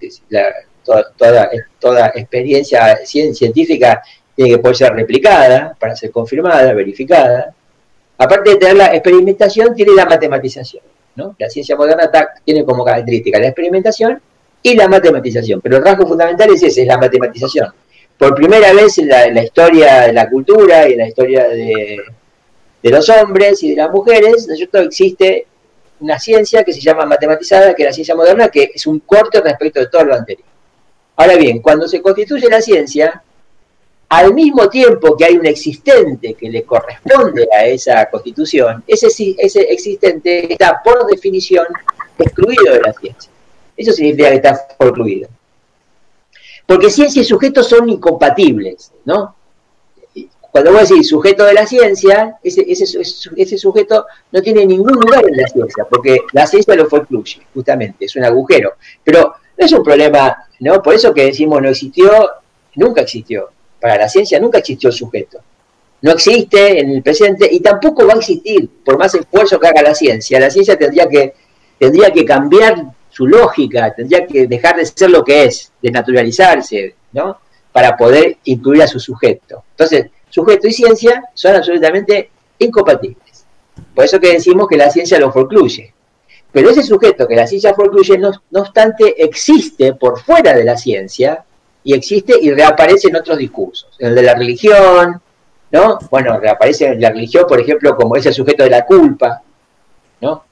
Speaker 1: Toda experiencia científica tiene que poder ser replicada para ser confirmada, verificada. Aparte de tener la experimentación, tiene la matematización, ¿no? La ciencia moderna tiene como característica la experimentación y la matematización, pero el rasgo fundamental es ese, es la matematización. Por primera vez en la historia de la cultura y en la historia de los hombres y de las mujeres, ¿no es cierto?, existe una ciencia que se llama matematizada, que es la ciencia moderna, que es un corte respecto de todo lo anterior. Ahora bien, cuando se constituye la ciencia, al mismo tiempo que hay un existente que le corresponde a esa constitución, ese existente está por definición excluido de la ciencia. Eso significa que está excluido. Porque ciencia y sujeto son incompatibles, ¿no? Cuando vos decís sujeto de la ciencia, ese sujeto no tiene ningún lugar en la ciencia, porque la ciencia lo forcluye, justamente, es un agujero. Pero no es un problema, ¿no? Por eso que decimos no existió, nunca existió. Para la ciencia nunca existió el sujeto. No existe en el presente y tampoco va a existir, por más esfuerzo que haga la ciencia. La ciencia tendría que cambiar su lógica, tendría que dejar de ser lo que es, desnaturalizarse, ¿no? Para poder incluir a su sujeto. Entonces, sujeto y ciencia son absolutamente incompatibles. Por eso que decimos que la ciencia lo forcluye. Pero ese sujeto que la ciencia forcluye, no obstante, existe por fuera de la ciencia, y existe y reaparece en otros discursos. En el de la religión, ¿no? Bueno, reaparece en la religión, por ejemplo, como ese sujeto de la culpa, ¿no?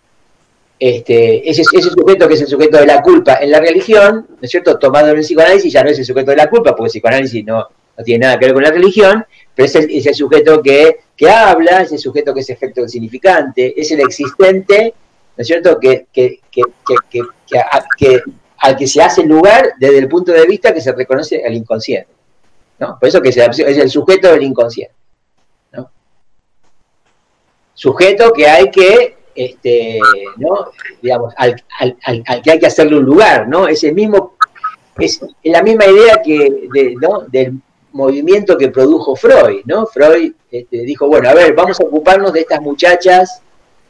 Speaker 1: Ese sujeto que es el sujeto de la culpa en la religión, ¿no es cierto?, tomado en el psicoanálisis, ya no es el sujeto de la culpa, porque el psicoanálisis no tiene nada que ver con la religión, pero es el sujeto que habla, es el sujeto que es efecto significante, es el existente, ¿no es cierto?, al que se hace lugar desde el punto de vista que se reconoce al inconsciente, ¿no? Por eso que es el sujeto del inconsciente, ¿no? Sujeto que hay que, ¿no? Digamos, al que hay que hacerle un lugar, ¿no? Es la misma idea ¿no? del movimiento que produjo Freud, ¿no? Freud dijo, bueno, a ver, vamos a ocuparnos de estas muchachas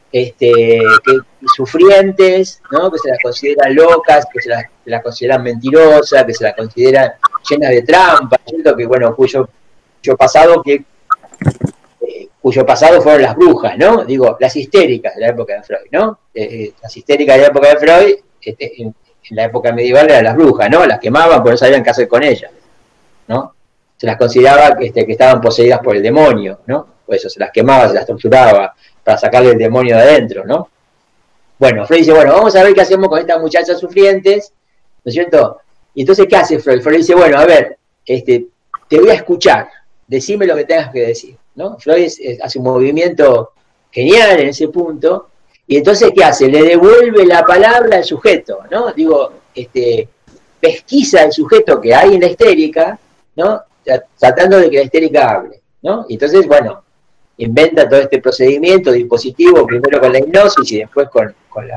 Speaker 1: sufrientes, ¿no? Que se las consideran locas, que se las consideran mentirosas, que se las consideran llenas de trampas, ¿cierto? Que bueno, cuyo pasado fueron las brujas, ¿no? Digo, las histéricas de la época de Freud, ¿no? Las histéricas de la época de Freud en la época medieval eran las brujas, ¿no? Las quemaban porque no sabían qué hacer con ellas, ¿no? Se las consideraba que estaban poseídas por el demonio, ¿no? Por eso se las quemaba, se las torturaba para sacarle el demonio de adentro, ¿no? Bueno, Freud dice, bueno, vamos a ver qué hacemos con estas muchachas sufrientes, ¿no es cierto? Y entonces, ¿qué hace Freud? Freud dice, bueno, a ver, te voy a escuchar, decime lo que tengas que decir, ¿no? Freud hace un movimiento genial en ese punto, y entonces, ¿qué hace? Le devuelve la palabra al sujeto, ¿no? Digo, pesquisa el sujeto que hay en la histérica, ¿no? Tratando de que la histérica hable, ¿no? Y entonces, bueno, inventa todo este procedimiento, dispositivo, primero con la hipnosis y después con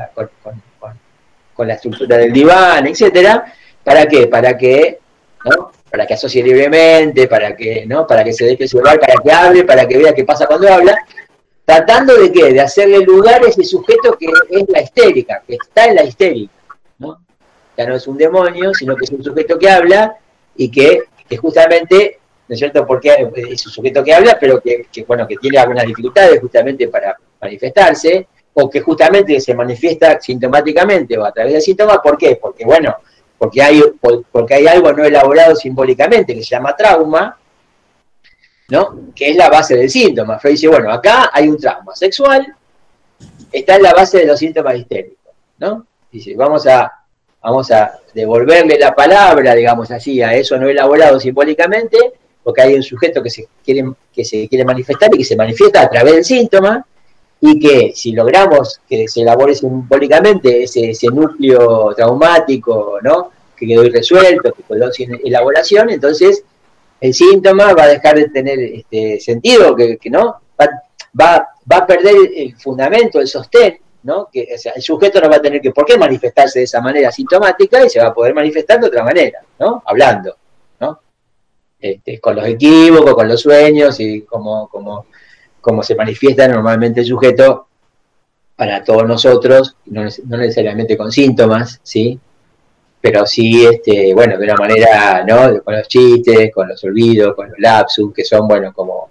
Speaker 1: la estructura del diván, etcétera. ¿Para qué? Para que, ¿no? Para que asocie libremente, para que, ¿no? Para que se deje su lugar, para que hable, para que vea qué pasa cuando habla, tratando de ¿qué? De hacerle lugar a ese sujeto que es la histérica, que está en la histérica, ¿no? Ya no es un demonio, sino que es un sujeto que habla y que justamente, ¿no es cierto?, porque es un sujeto que habla, pero que bueno, que tiene algunas dificultades justamente para manifestarse, o que justamente se manifiesta sintomáticamente o a través de síntomas. ¿Por qué? Porque, bueno, porque hay algo no elaborado simbólicamente que se llama trauma, ¿no? Que es la base del síntoma. Freud dice, bueno, acá hay un trauma sexual, está en la base de los síntomas histéricos, ¿no? Dice, vamos a devolverle la palabra, digamos así, a eso no elaborado simbólicamente, porque hay un sujeto que se quiere manifestar y que se manifiesta a través del síntoma, y que si logramos que se elabore simbólicamente ese núcleo traumático, ¿no? Que quedó irresuelto, que quedó sin elaboración, entonces el síntoma va a dejar de tener sentido, que no va a perder el fundamento, el sostén, ¿no? Que, o sea, el sujeto no va a tener por qué manifestarse de esa manera sintomática y se va a poder manifestar de otra manera, ¿no? Hablando, ¿no? Con los equívocos, con los sueños y como se manifiesta normalmente el sujeto para todos nosotros, no necesariamente con síntomas, ¿sí? Pero sí, bueno, de una manera, ¿no? Con los chistes, con los olvidos, con los lapsus, que son, bueno, como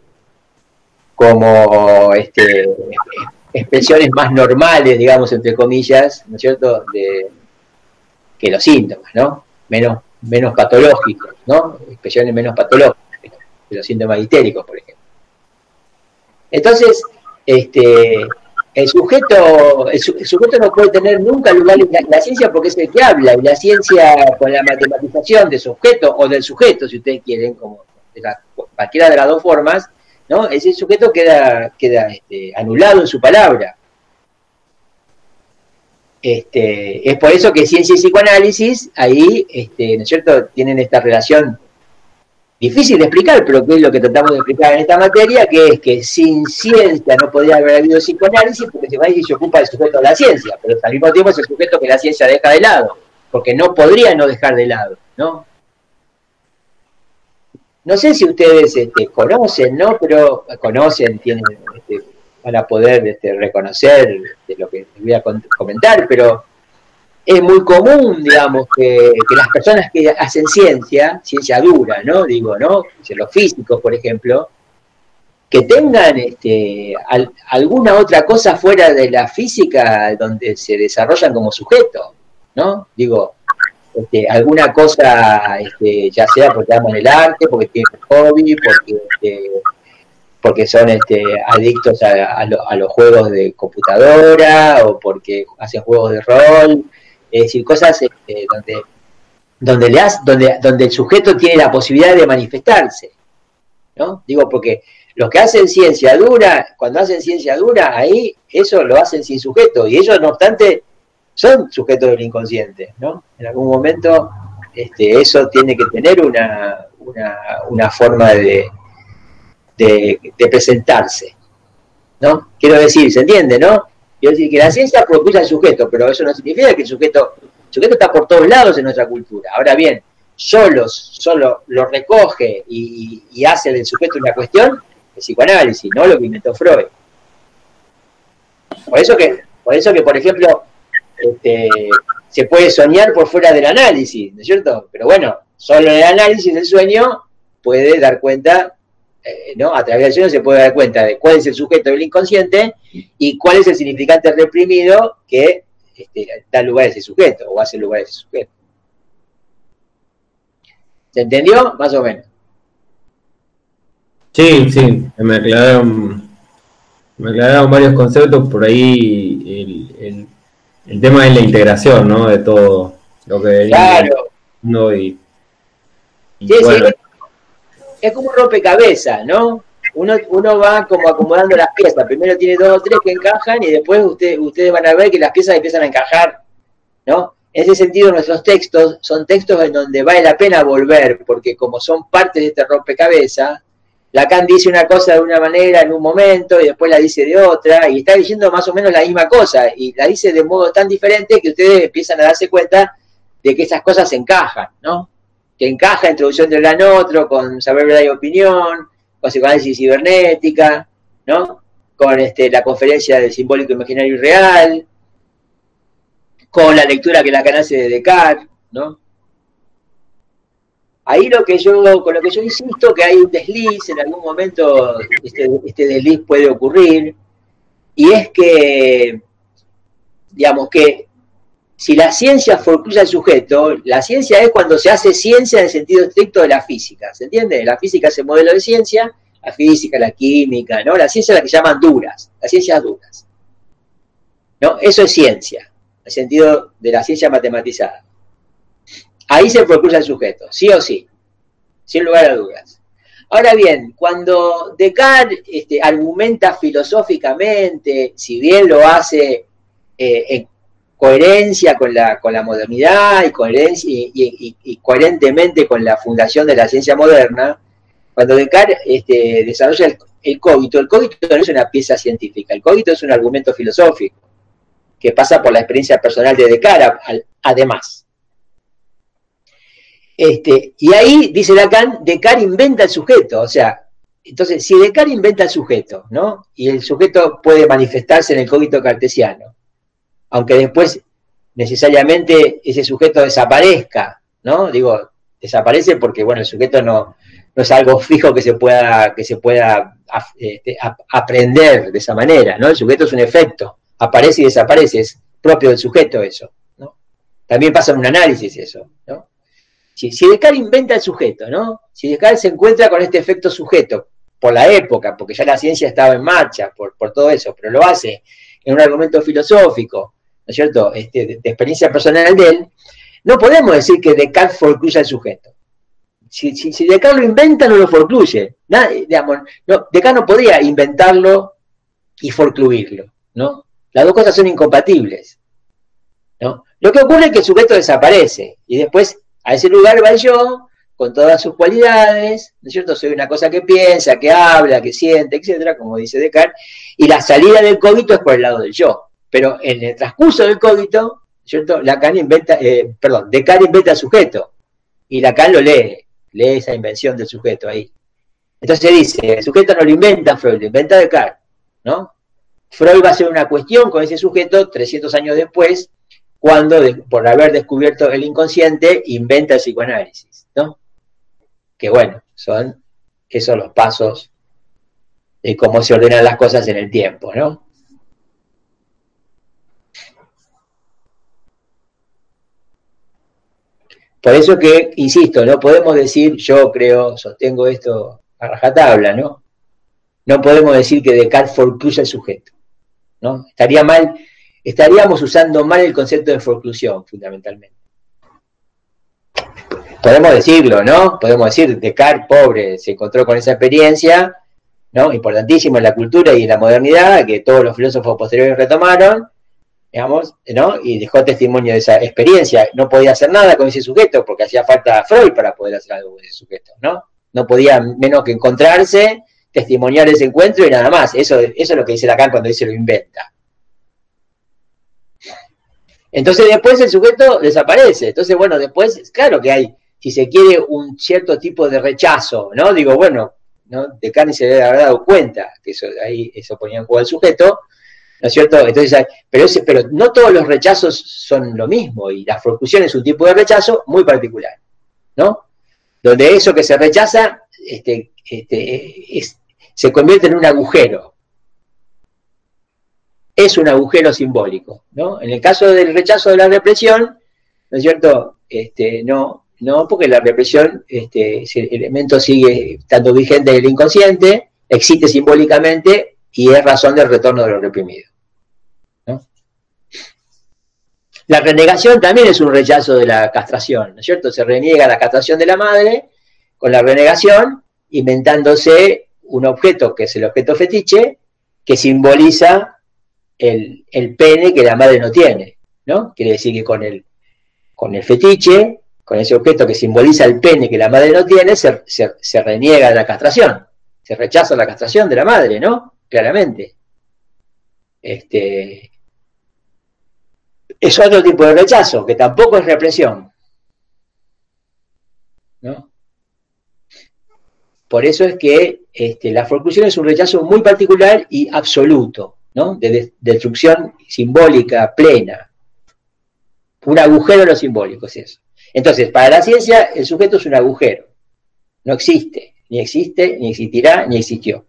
Speaker 1: expresiones más normales, digamos, entre comillas, ¿no es cierto?, que los síntomas, ¿no? Menos patológicos, ¿no? Expresiones menos patológicas que los síntomas histéricos, por ejemplo. Entonces, el sujeto no puede tener nunca lugar en la ciencia porque es el que habla, y la ciencia con la matematización de su objeto, o del sujeto, si ustedes quieren, como cualquiera de las dos formas, ¿no? Ese sujeto queda anulado en su palabra. Es por eso que ciencia y psicoanálisis ahí, ¿no es cierto?, tienen esta relación difícil de explicar, pero que es lo que tratamos de explicar en esta materia, que es que sin ciencia no podría haber habido psicoanálisis, porque se ocupa del sujeto de la ciencia, pero al mismo tiempo es el sujeto que la ciencia deja de lado, porque no podría no dejar de lado, ¿no? No sé si ustedes conocen, ¿no? Pero conocen, tienen para poder reconocer de lo que les voy a comentar, pero es muy común, digamos, que las personas que hacen ciencia dura, ¿no? Digo, ¿no? Los físicos, por ejemplo, que tengan alguna otra cosa fuera de la física donde se desarrollan como sujetos, ¿no? Digo, alguna cosa, ya sea porque aman el arte, porque tienen hobby, porque son adictos a los juegos de computadora, o porque hacen juegos de rol, es decir, cosas donde el sujeto tiene la posibilidad de manifestarse, ¿no? Digo, porque los que hacen ciencia dura, cuando hacen ciencia dura, ahí eso lo hacen sin sujeto, y ellos, no obstante, son sujetos del inconsciente, ¿no? En algún momento eso tiene que tener una forma de presentarse, ¿no? Quiero decir, ¿se entiende, no? Quiero decir que la ciencia propulsa al sujeto, pero eso no significa que el sujeto está por todos lados en nuestra cultura. Ahora bien, solo lo recoge y hace del sujeto una cuestión, el psicoanálisis, no lo que inventó Freud. Por eso que, por ejemplo, se puede soñar por fuera del análisis, ¿no es cierto? Pero bueno, solo en el análisis del sueño puede dar cuenta, ¿no? A través del sueño se puede dar cuenta de cuál es el sujeto del inconsciente y cuál es el significante reprimido que da lugar a ese sujeto, o hace lugar a ese sujeto. ¿Se entendió? Más o menos.
Speaker 4: Sí, sí, me aclararon varios conceptos, por ahí el tema es la integración, ¿no? De todo lo que venimos
Speaker 1: Claro.
Speaker 4: viendo y
Speaker 1: Sí,
Speaker 4: bueno.
Speaker 1: sí, es como un rompecabezas, ¿no? Uno va como acomodando las piezas. Primero tiene 2 o 3 que encajan y después ustedes van a ver que las piezas empiezan a encajar, ¿no? En ese sentido, nuestros textos son textos en donde vale la pena volver, porque como son partes de este rompecabezas, Lacan dice una cosa de una manera en un momento y después la dice de otra, y está diciendo más o menos la misma cosa, y la dice de modo tan diferente que ustedes empiezan a darse cuenta de que esas cosas encajan, ¿no? Que encaja introducción de Gran Otro, con saber, verdad y opinión, con psicoanálisis cibernética, ¿no? Con la conferencia del simbólico imaginario y real, con la lectura que Lacan hace de Descartes, ¿no? Ahí con lo que yo insisto, que hay un desliz, en algún momento este desliz puede ocurrir, y es que, digamos que si la ciencia forcluye al sujeto, la ciencia es cuando se hace ciencia en el sentido estricto de la física, ¿se entiende? La física es el modelo de ciencia, la física, la química, ¿no? La ciencia es la que llaman duras, las ciencias duras, ¿no? Eso es ciencia, en el sentido de la ciencia matematizada. Ahí se forcluye al sujeto, sí o sí, sin lugar a dudas. Ahora bien, cuando Descartes argumenta filosóficamente, si bien lo hace en coherencia con la modernidad y coherentemente con la fundación de la ciencia moderna, cuando Descartes desarrolla el cogito no es una pieza científica, el cogito es un argumento filosófico que pasa por la experiencia personal de Descartes, además. Y ahí, dice Lacan, Descartes inventa el sujeto, o sea, entonces, si Descartes inventa el sujeto, ¿no? Y el sujeto puede manifestarse en el cogito cartesiano, aunque después necesariamente ese sujeto desaparezca, ¿no? Digo, desaparece porque, bueno, el sujeto no es algo fijo que se pueda aprender de esa manera, ¿no? El sujeto es un efecto, aparece y desaparece, es propio del sujeto eso, ¿no? También pasa en un análisis eso, ¿no? Si Descartes inventa el sujeto, ¿no? Si Descartes se encuentra con este efecto sujeto, por la época, porque ya la ciencia estaba en marcha, por todo eso, pero lo hace en un argumento filosófico, ¿no es cierto?, de experiencia personal de él, no podemos decir que Descartes forcluye al sujeto. Si Descartes lo inventa, no lo forcluye. Descartes no podría inventarlo y forcluirlo, ¿no? Las dos cosas son incompatibles, ¿no? Lo que ocurre es que el sujeto desaparece y después a ese lugar va yo, con todas sus cualidades, ¿no es cierto? Soy una cosa que piensa, que habla, que siente, etcétera, como dice Descartes, y la salida del cogito es por el lado del yo. Pero en el transcurso del cogito, ¿no es cierto? Descartes inventa al sujeto, y Lacan lo lee esa invención del sujeto ahí. Entonces dice, el sujeto no lo inventa Freud, lo inventa Descartes, ¿no? Freud va a hacer una cuestión con ese sujeto 300 años después, cuando, por haber descubierto el inconsciente, inventa el psicoanálisis, ¿no? Que bueno, son esos los pasos de cómo se ordenan las cosas en el tiempo, ¿no? Por eso que, insisto, no podemos decir, yo creo, sostengo esto a rajatabla, ¿no? No podemos decir que Descartes forcluye al sujeto, ¿no? Estaríamos usando mal el concepto de forclusión, fundamentalmente. Podemos decirlo, ¿no? Podemos decir, Descartes, pobre, se encontró con esa experiencia, ¿no? Importantísimo en la cultura y en la modernidad, que todos los filósofos posteriores retomaron, digamos, ¿no? Y dejó testimonio de esa experiencia. No podía hacer nada con ese sujeto, porque hacía falta Freud para poder hacer algo con ese sujeto, ¿no? No podía menos que encontrarse, testimoniar ese encuentro y nada más. Eso es lo que dice Lacan cuando dice lo inventa. Entonces después el sujeto desaparece. Entonces, bueno, después, claro que hay, si se quiere, un cierto tipo de rechazo, ¿no? Digo, bueno, ¿no? Descartes se debe haber dado cuenta que eso ponía en juego al sujeto, ¿no es cierto? Entonces, pero no todos los rechazos son lo mismo, y la forclusión es un tipo de rechazo muy particular, ¿no? Donde eso que se rechaza se convierte en un agujero. es un agujero simbólico, ¿no? En el caso del rechazo de la represión, ¿no es cierto? No, porque la represión, ese elemento sigue estando vigente en el inconsciente, existe simbólicamente y es razón del retorno de lo reprimido, ¿no? La renegación también es un rechazo de la castración, ¿no es cierto? Se reniega la castración de la madre con la renegación, inventándose un objeto que es el objeto fetiche, que simboliza el pene que la madre no tiene, ¿no? Quiere decir que con el fetiche, con ese objeto que simboliza el pene que la madre no tiene, se reniega de la castración, se rechaza la castración de la madre, ¿no? Claramente. Es otro tipo de rechazo, que tampoco es represión, ¿no? Por eso es que la forclusión es un rechazo muy particular y absoluto, ¿no? De destrucción simbólica plena. Un agujero en lo simbólico es eso. Entonces, para la ciencia, el sujeto es un agujero. No existe, ni existirá, ni existió.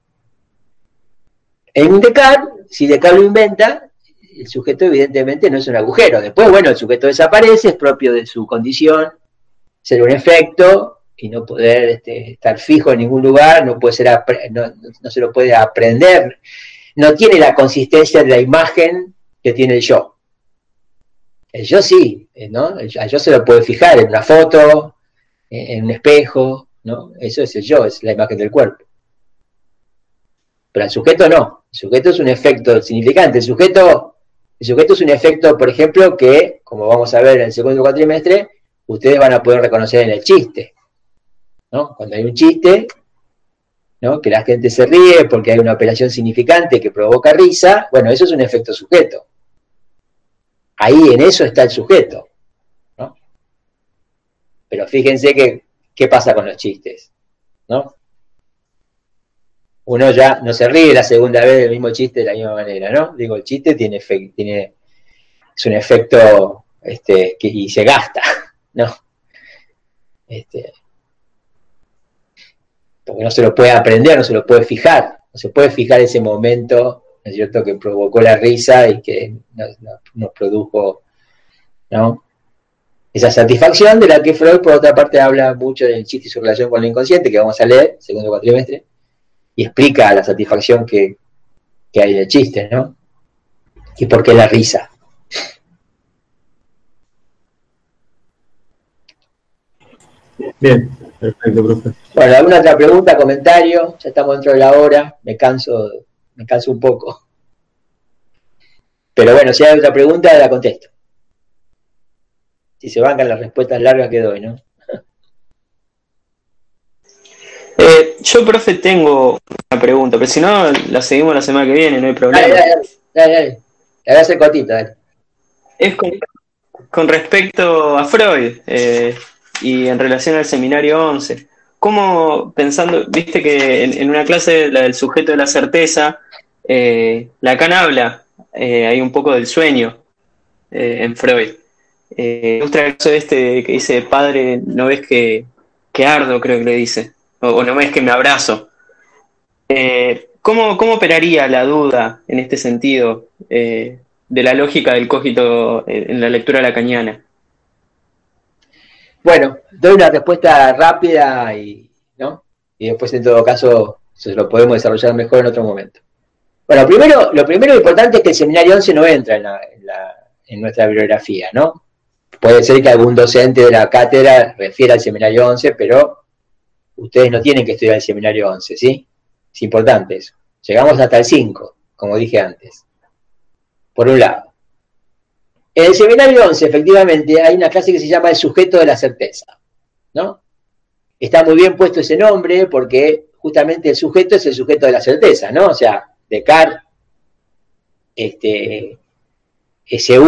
Speaker 1: En Descartes, si Descartes lo inventa, el sujeto evidentemente no es un agujero. Después, bueno, el sujeto desaparece, es propio de su condición, ser un efecto y no poder estar fijo en ningún lugar, no se lo puede aprender, no tiene la consistencia de la imagen que tiene el yo. El yo sí, ¿no? El yo se lo puede fijar en una foto, en un espejo, ¿no? Eso es el yo, es la imagen del cuerpo. Pero el sujeto no, el sujeto es un efecto significante, el sujeto es un efecto, por ejemplo, que, como vamos a ver en el segundo cuatrimestre, ustedes van a poder reconocer en el chiste, ¿no? Cuando hay un chiste, ¿no? Que la gente se ríe porque hay una operación significante que provoca risa, bueno, eso es un efecto sujeto. Ahí en eso está el sujeto, ¿no? Pero fíjense qué pasa con los chistes, ¿no? Uno ya no se ríe la segunda vez del mismo chiste de la misma manera, ¿no? Digo, el chiste es un efecto y se gasta, ¿no? Porque no se lo puede aprender, no se lo puede fijar, no se puede fijar ese momento, ¿no es cierto?, que provocó la risa y que nos produjo, ¿no?, esa satisfacción de la que Freud, por otra parte, habla mucho del chiste y su relación con el inconsciente, que vamos a leer, segundo cuatrimestre, y explica la satisfacción que hay del chiste, ¿no? Y por qué la risa.
Speaker 4: Bien, perfecto, profe.
Speaker 1: Bueno, ¿alguna otra pregunta, comentario? Ya estamos dentro de la hora, me canso un poco. Pero bueno, si hay otra pregunta, la contesto. Si se bancan las respuestas largas que doy, ¿no?
Speaker 2: Yo, profe, tengo una pregunta, pero si no, la seguimos la semana que viene, no hay problema.
Speaker 1: Dale. La voy a hacer cortita, dale.
Speaker 2: Es con respecto a Freud y en relación al seminario 11. ¿Cómo, pensando, viste que en una clase, la del sujeto de la certeza, Lacan habla hay un poco del sueño en Freud. Me gusta el caso que dice, padre, no ves que ardo, creo que le dice, o no ves que me abrazo. ¿Cómo operaría la duda en este sentido de la lógica del cogito en la lectura lacaniana?
Speaker 1: Bueno, doy una respuesta rápida ¿no? Y después, en todo caso, se lo podemos desarrollar mejor en otro momento. Bueno, lo primero importante es que el seminario 11 no entra en nuestra bibliografía, ¿no? Puede ser que algún docente de la cátedra refiera al seminario 11, pero ustedes no tienen que estudiar el seminario 11, ¿sí? Es importante eso. Llegamos hasta el 5, como dije antes. Por un lado. En el seminario 11, efectivamente, hay una clase que se llama el sujeto de la certeza, ¿no? Está muy bien puesto ese nombre porque justamente el sujeto es el sujeto de la certeza, ¿no? O sea, Descartes se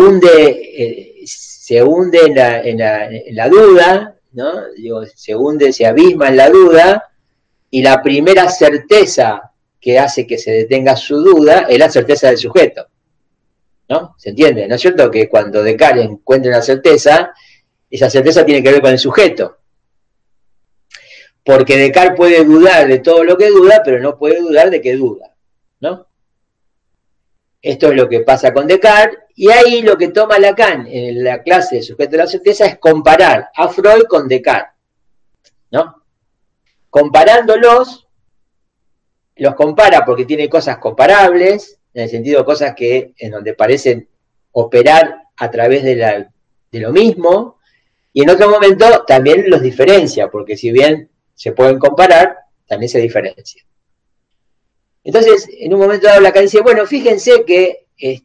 Speaker 1: hunde en la duda, ¿no? Digo, se abisma en la duda, y la primera certeza que hace que se detenga su duda es la certeza del sujeto, ¿no? ¿Se entiende? ¿No es cierto que cuando Descartes encuentra una certeza, esa certeza tiene que ver con el sujeto? Porque Descartes puede dudar de todo lo que duda, pero no puede dudar de que duda, ¿no? esto es lo que pasa con Descartes, y ahí lo que toma Lacan en la clase de sujeto de la certeza es comparar a Freud con Descartes, ¿no? Comparándolos, los compara porque tiene cosas comparables, en el sentido de cosas que en donde parecen operar a través de lo mismo, y en otro momento también los diferencia, porque si bien se pueden comparar, también se diferencian. Entonces, en un momento dado Lacan dice, bueno, fíjense que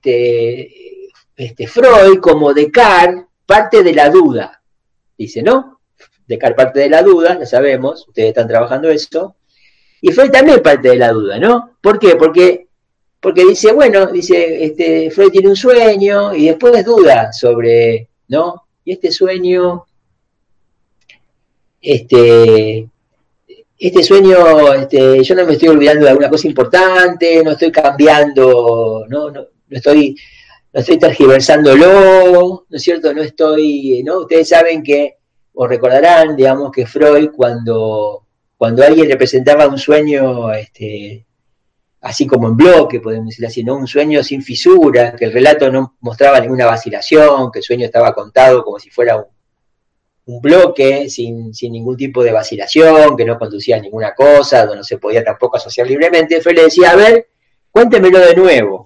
Speaker 1: Freud, como Descartes, parte de la duda. Dice, ¿no? Descartes parte de la duda, lo sabemos, ustedes están trabajando eso. Y Freud también parte de la duda, ¿no? ¿Por qué? Porque dice, bueno, dice, Freud tiene un sueño y después duda sobre, ¿no? Y este sueño, yo no me estoy olvidando de alguna cosa importante, no estoy cambiando, no estoy tergiversándolo, ¿no es cierto? ¿No? Ustedes saben que, o recordarán, digamos, que Freud, cuando alguien le presentaba un sueño, así como en bloque, podemos decir así, ¿no? Un sueño sin fisuras, que el relato no mostraba ninguna vacilación, que el sueño estaba contado como si fuera un bloque, sin ningún tipo de vacilación, que no conducía a ninguna cosa, donde no se podía tampoco asociar libremente. Freud le decía, a ver, cuéntemelo de nuevo.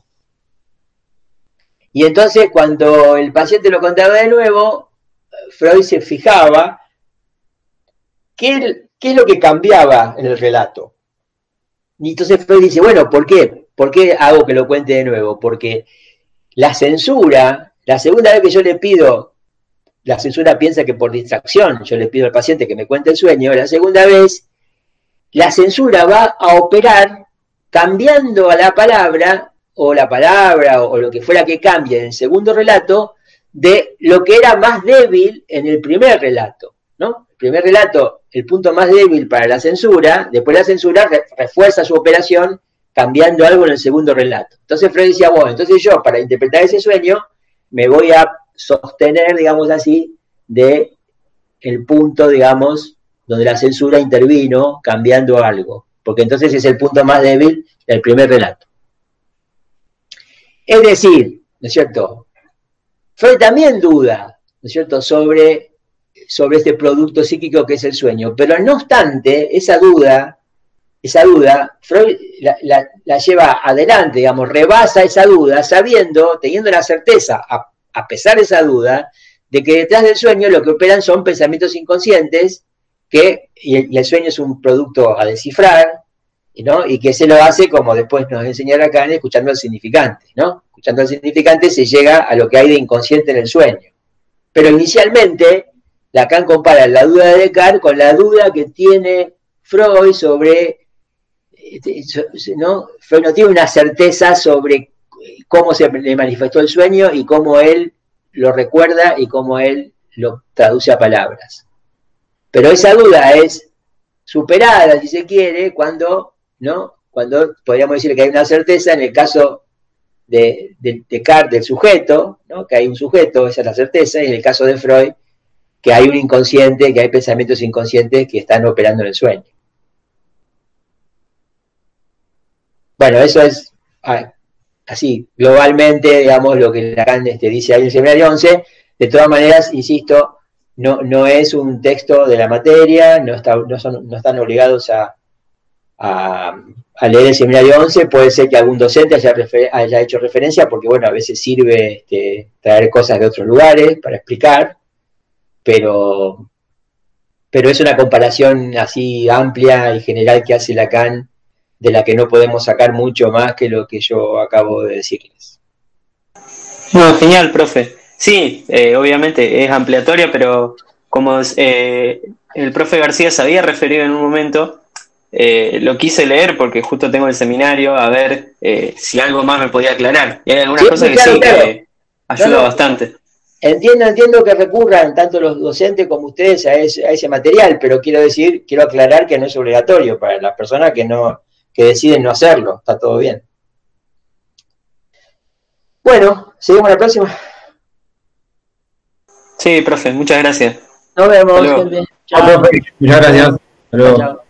Speaker 1: Y entonces, cuando el paciente lo contaba de nuevo, Freud se fijaba qué es lo que cambiaba en el relato. Y entonces Freud dice, bueno, ¿por qué? ¿Por qué hago que lo cuente de nuevo? Porque la censura, la segunda vez que yo le pido, la censura piensa que por distracción yo le pido al paciente que me cuente el sueño, la segunda vez, la censura va a operar cambiando a la palabra o lo que fuera que cambie en el segundo relato, de lo que era más débil en el primer relato, ¿no? El primer relato, el punto más débil para la censura, después la censura refuerza su operación cambiando algo en el segundo relato. Entonces Freud decía, bueno, entonces yo para interpretar ese sueño me voy a sostener, digamos así, de el punto, digamos, donde la censura intervino cambiando algo, porque entonces es el punto más débil del primer relato. Es decir, ¿no es cierto? Freud también duda, ¿no es cierto?, sobre este producto psíquico que es el sueño, pero no obstante, esa duda, Freud la lleva adelante, digamos, rebasa esa duda, teniendo la certeza, a pesar de esa duda, de que detrás del sueño lo que operan son pensamientos inconscientes, y el sueño es un producto a descifrar, ¿no? Y que se lo hace, como después nos enseña Lacan, escuchando al significante, ¿no? Escuchando al significante se llega a lo que hay de inconsciente en el sueño. Pero inicialmente, Lacan compara la duda de Descartes con la duda que tiene Freud sobre, ¿no? Freud no tiene una certeza sobre cómo se le manifestó el sueño y cómo él lo recuerda y cómo él lo traduce a palabras. Pero esa duda es superada, si se quiere, cuando podríamos decir que hay una certeza en el caso de Descartes, del sujeto, ¿no? Que hay un sujeto, esa es la certeza, y en el caso de Freud, que hay un inconsciente, que hay pensamientos inconscientes que están operando en el sueño. Bueno, eso es así, globalmente, digamos, lo que Lacan dice ahí en el seminario 11. De todas maneras, insisto, no es un texto de la materia, no están obligados a leer el seminario 11, puede ser que algún docente haya hecho referencia, porque bueno, a veces sirve traer cosas de otros lugares para explicar, pero es una comparación así amplia y general que hace Lacan, de la que no podemos sacar mucho más que lo que yo acabo de decirles.
Speaker 2: No, genial, profe. Sí, obviamente es ampliatoria, pero como el profe García se había referido en un momento, lo quise leer porque justo tengo el seminario, a ver si algo más me podía aclarar. Y hay algunas cosas que sí, que ayuda bastante.
Speaker 1: Entiendo que recurran tanto los docentes como ustedes a ese material, pero quiero aclarar que no es obligatorio para las personas que deciden no hacerlo. Está todo bien. Bueno, seguimos la próxima.
Speaker 2: Sí, profe, muchas gracias.
Speaker 1: Nos vemos, gente.
Speaker 4: Chao, profe. Muchas gracias. Hasta luego.
Speaker 1: Chao.